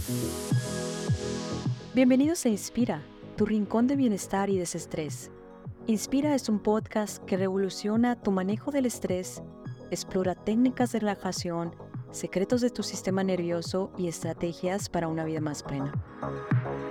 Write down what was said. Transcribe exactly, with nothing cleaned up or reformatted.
Bienvenidos a Inspira, tu rincón de bienestar y desestrés. Inspira es un podcast que revoluciona tu manejo del estrés, explora técnicas de relajación, secretos de tu sistema nervioso y estrategias para una vida más plena.